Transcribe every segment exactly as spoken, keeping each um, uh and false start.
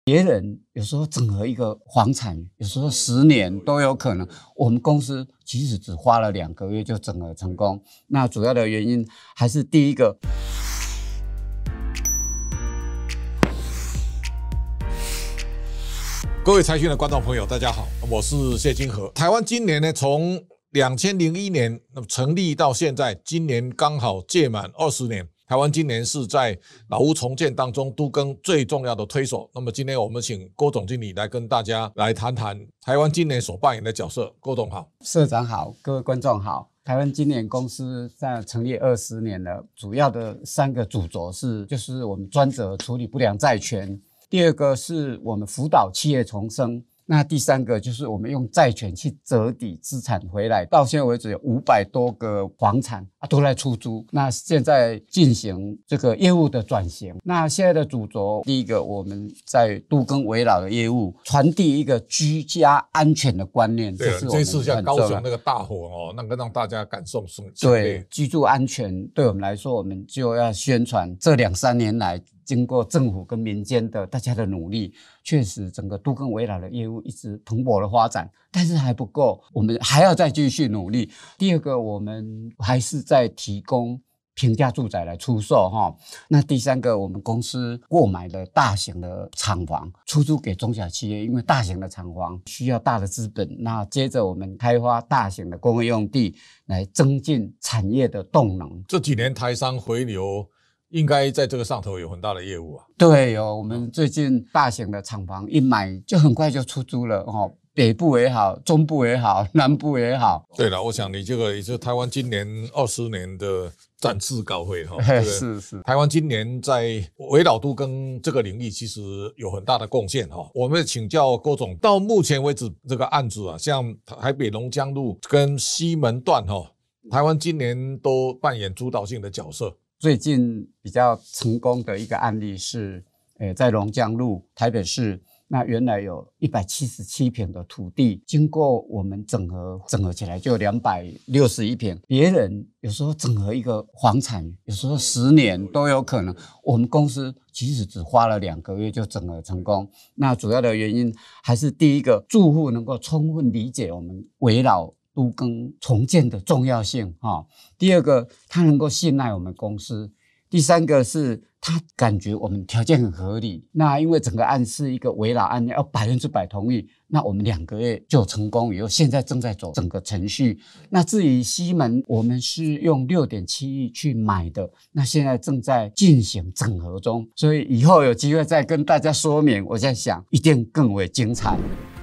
别人有时候整合一个房产，有时候十年都有可能。我们公司其实只花了两个月就整合成功。那主要的原因还是第一个。 各位财讯的观众朋友，大家好，我是谢金河。台湾今年呢，从两千零一年成立到现在，今年刚好届满二十年。台湾今年是在老屋重建当中都更最重要的推手。那么今天我们请郭总经理来跟大家来谈谈台湾今年所扮演的角色。郭总好。 社长好，各位观众好。台湾今年公司在成立二十年了，主要的三个主轴是，就是我们专责处理不良债权，第二个是我们辅导企业重生，那第三个就是我们用债权去折抵资产回来。到现在为止有五百多个房产啊都在出租，那现在进行这个业务的转型。那现在的主轴，第一个我们在都更危老的业务，传递一个居家安全的观念。 对， 这, 这次像高雄那个大火哦，那个让大家感受深。 对，居住安全对我们来说，我们就要宣传。这两三年来，经过政府跟民间的大家的努力，确实整个都更危老的业务一直蓬勃的发展，但是还不够，我们还要再继续努力。第二个，我们还是在提供平价住宅来出售哈。那第三个，我们公司购买了大型的厂房，出租给中小企业，因为大型的厂房需要大的资本。那接着我们开发大型的工业用地，来增进产业的动能。 这几年台商回流，应该在这个上头有很大的业务啊。 对哦，我们最近大型的厂房一买就很快就出租了哦。北部也好，中部也好，南部也好。 对了，我想你这个也是台湾今年二十年的展示高会哈。 是是。 台湾今年在危老都更这个领域其实有很大的贡献哈。我们请教郭总，到目前为止这个案子啊，像台北龙江路跟西门段哈，台湾今年都扮演主导性的角色。 最近比较成功的一个案例是，呃，在龙江路台北市。那原来有一百七十七坪的土地，经过我们整合，整合起来就有两百六十一坪。别人有时候整合一个房产，有时候十年都有可能。我们公司其实只花了两个月就整合成功。那主要的原因还是第一个，住户能够充分理解我们危老都更重建的重要性哈。第二个，他能够信赖我们公司。第三个是他感觉我们条件很合理，那因为整个案是一个危老案，要百分之百同意，那我们两个月就成功以后，现在正在走整个程序。那至于西门，我们是用 六点七亿去买的，那现在正在进行整合中，所以以后有机会再跟大家说明，我在想一定更为精彩。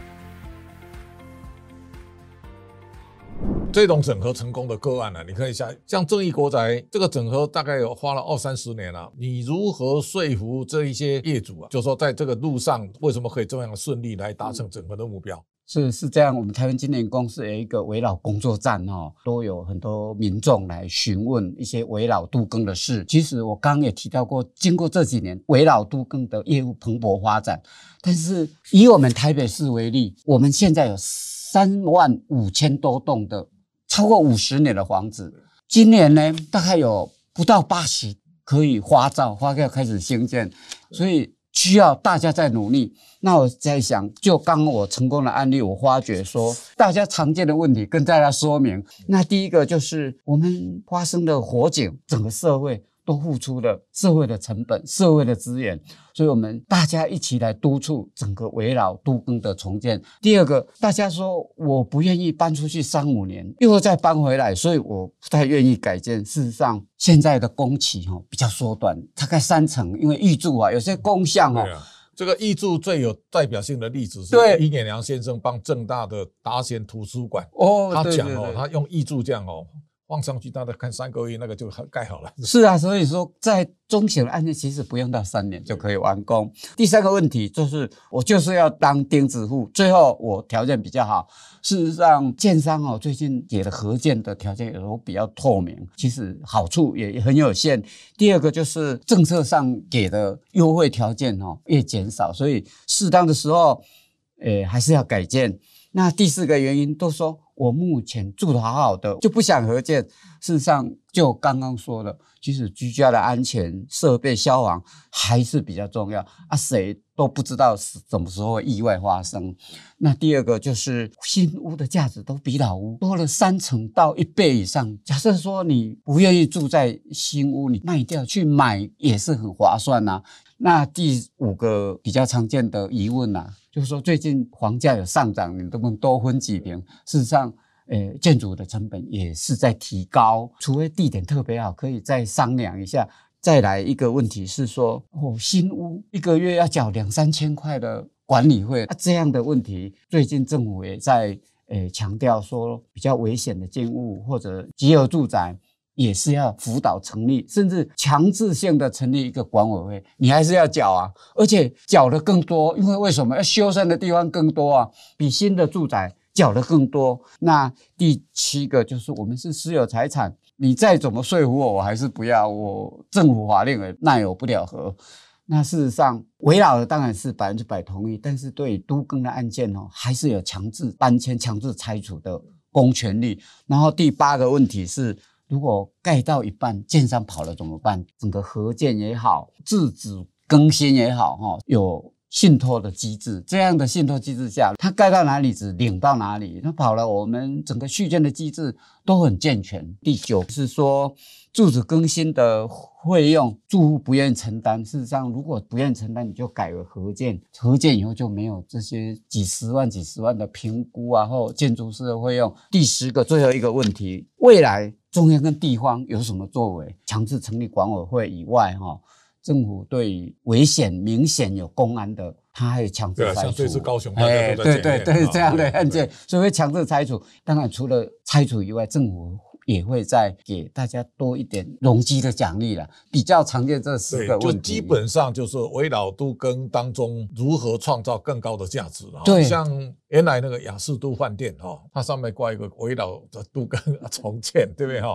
这种整合成功的个案呢、啊，你看一下，像正义国宅这个整合大概有花了二三十年了、啊，你如何说服这一些业主啊？就说在这个路上为什么可以这样顺利来达成整合的目标？ 是是这样，我们台湾今年公司有一个危老工作站哦，都有很多民众来询问一些危老都更的事。其实我刚刚也提到过，经过这几年危老都更的业务蓬勃发展，但是以我们台北市为例，我们现在有三万五千多栋的超过五十年的房子，今年呢大概有不到八十可以发照，发要开始兴建，所以需要大家在努力。那我在想，就刚我成功的案例，我发觉说大家常见的问题跟大家说明。那第一个就是我们发生的火警，整个社会都付出了社会的成本、社会的资源，所以我们大家一起来督促整个危老都更的重建。第二个，大家说我不愿意搬出去三五年，又再搬回来，所以我不太愿意改建。事实上，现在的工期哈比较缩短，大概三成，因为预铸啊，有些工项哦。 这个挹注最有代表性的例子是殷衍良先生帮政大的达贤图书馆，哦，他讲哦，他用挹注这样哦。放上去，大概看三个月，那个就盖好了。 是啊，所以说在中型的案件，其实不用到三年就可以完工。第三个问题就是，我就是要当钉子户，最后我条件比较好。事实上，建商哦最近给的合建的条件有时候比较透明，其实好处也很有限。第二个就是政策上给的优惠条件哦越减少，所以适当的时候，诶还是要改建。 那第四个原因都说我目前住得好好的，就不想合建。事实上，就刚刚说的，其实居家的安全、设备、消防还是比较重要啊，谁都不知道什么时候会意外发生。那第二个就是新屋的价值都比老屋多了三成到一倍以上。假设说你不愿意住在新屋，你卖掉去买也是很划算啊。那第五个比较常见的疑问啊，就是说最近房价有上涨，你能不能多分几坪？事实上，呃，建筑的成本也是在提高，除非地点特别好，可以再商量一下。再来一个问题是说，哦，新屋一个月要缴两三千块的管理费，啊，这样的问题，最近政府也在呃强调说，比较危险的建物或者集合住宅，也是要辅导成立，甚至强制性的成立一个管委会，你还是要缴啊，而且缴的更多，因为为什么要修缮的地方更多啊？比新的住宅缴的更多。那第七个就是我们是私有财产，你再怎么说服我，我还是不要，我政府法令也奈我不了何。那事实上，围绕的当然是百分之百同意，但是对都更的案件哦，还是有强制搬迁、强制拆除的公权力。然后第八个问题是，如果盖到一半，建商跑了怎么办？整个合建也好，自主更新也好，哈，有信托的机制，这样的信托机制下，它盖到哪里只领到哪里，它跑了，我们整个续建的机制都很健全。第九是说，住址更新的费用，住户不愿意承担。事实上，如果不愿意承担，你就改为合建，合建以后就没有这些几十万、几十万的评估啊，或建筑师的费用。第十个，最后一个问题，未来中央跟地方有什么作为？强制成立管委会以外，哈。政府对于危险明显有公安的，他还有强制拆除。 对，像这次高雄大家都在检验， 对对对，这样的案件，所以会强制拆除。当然，除了拆除以外，政府也会再给大家多一点容积的奖励了。比较常见这四个问题， 就基本上就是围绕都更当中如何创造更高的价值。 对， 像原来那个雅士都饭店哈，它上面挂一个围绕着都更重建，对不对哈？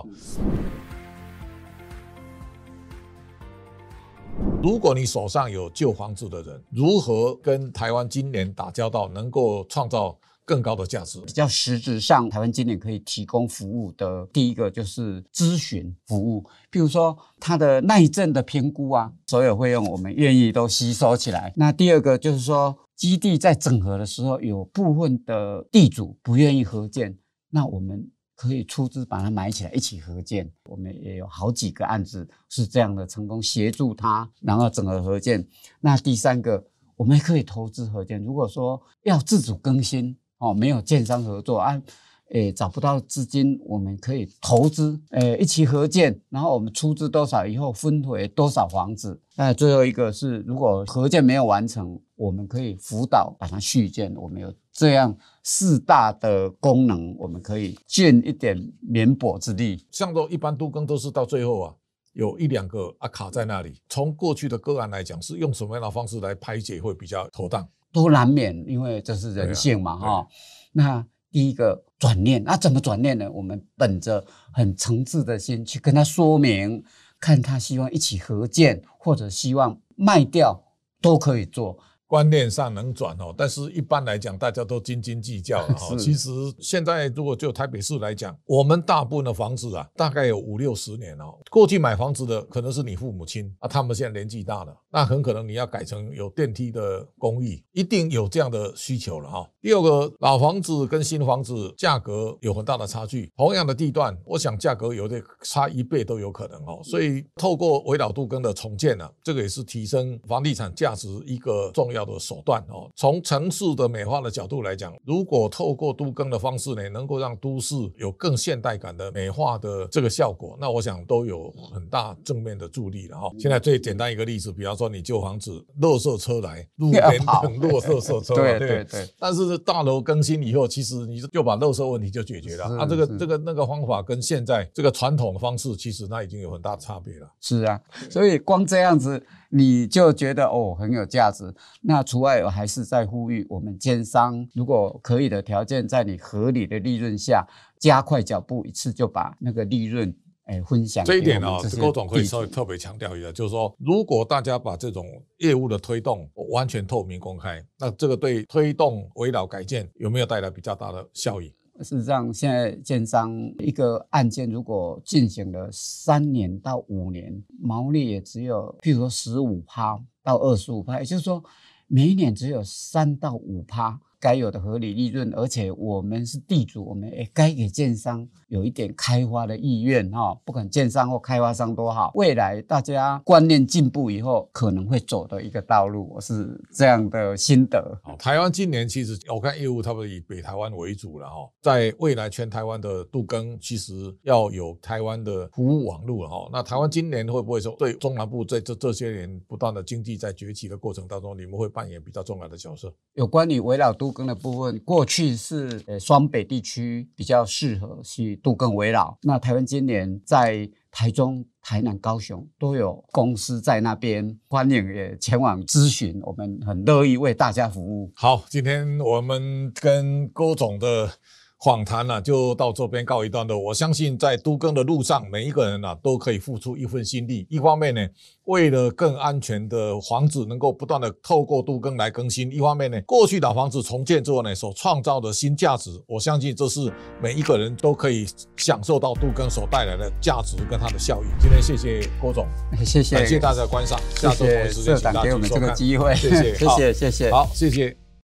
如果你手上有旧房子的人，如何跟台湾今年打交道，能够创造更高的价值？ 比较实质上，台湾今年可以提供服务的，第一个就是咨询服务，譬如说它的耐震的评估啊，所有费用我们愿意都吸收起来。那第二个就是说，基地在整合的时候，有部分的地主不愿意合建，那我们可以出资把它买起来一起合建。我们也有好几个案子是这样的成功，协助他然后整合合建。那第三个，我们可以投资合建。如果说要自主更新哦，没有建商合作啊，诶找不到资金，我们可以投资，诶一起合建，然后我们出资多少以后分回多少房子。那最后一个是，如果合建没有完成，我们可以辅导把它续建。我们有这样四大的功能，我们可以尽一点绵薄之力。 像说一般都更都是到最后啊，有一两个啊卡在那里。从过去的个案来讲，是用什么样的方式来排解会比较妥当？ 都难免，因为这是人性嘛，哈、啊。那第一个转念，那、啊、怎么转念呢？我们本着很诚挚的心去跟他说明，看他希望一起合建，或者希望卖掉，都可以做。 观念上能转哦，但是一般来讲，大家都斤斤计较了哈。其实现在如果就台北市来讲，我们大部分的房子啊，大概有五六十年哦。过去买房子的可能是你父母亲啊，他们现在年纪大了，那很可能你要改成有电梯的公寓，一定有这样的需求了哈。第二个，老房子跟新房子价格有很大的差距，同样的地段，我想价格有点差一倍都有可能哦。所以透过围绕都更的重建呢、啊，这个也是提升房地产价值一个重要的手段哦。从城市的美化的角度来讲，如果透过都更的方式呢，能够让都市有更现代感的美化的这个效果，那我想都有很大正面的助力了哈。现在最简单一个例子，比方说你旧房子，垃圾车来，路边等垃圾车， 对对对对。 但是大楼更新以后，其实你就把垃圾问题就解决了啊。这个这个那个方法跟现在这个传统的方式，其实那已经有很大差别了。 是啊，所以光这样子你就觉得哦很有价值。那除外，我还是在呼吁我们奸商，如果可以的条件，在你合理的利润下，加快脚步，一次就把那个利润诶分享这一点啊， 这郭总可以稍微特别强调一下，就是说，如果大家把这种业务的推动完全透明公开，那这个对推动危老改建有没有带来比较大的效益？ 事实上，现在建商一个案件如果进行了三年到五年，毛利也只有譬如说十五趴到二十五趴，也就是说每一年只有三到五趴该有的合理利润，而且我们是地主，我们也该给建商有一点开发的意愿哈，不管建商或开发商都好，未来大家观念进步以后，可能会走的一个道路，我是这样的心得。 台湾今年其实我看业务差不多以北台湾为主了哈，在未来全台湾的都更，其实要有台湾的服务网络了哈。那台湾今年会不会说对中南部在这这些年不断的经济在崛起的过程当中，你们会扮演比较重要的角色？ 有关于危老都更的部分，过去是呃双北地区比较适合去都更危老，那台湾今年在台中、台南、高雄都有公司在那边，欢迎也前往咨询，我们很乐意为大家服务。 好，今天我们跟郭总的访谈呢、啊，就到这边告一段落。我相信在都更的路上，每一个人啊都可以付出一份心力。一方面呢，为了更安全的房子能够不断的透过都更来更新；一方面呢，过去老房子重建之后呢，所创造的新价值，我相信这是每一个人都可以享受到都更所带来的价值跟它的效益。今天谢谢郭总， 谢谢， 感谢大家的观赏，下周同一时间请大家继续收看， 谢谢社长给我们这个机会， 谢谢， 谢谢，谢谢， 好，谢谢。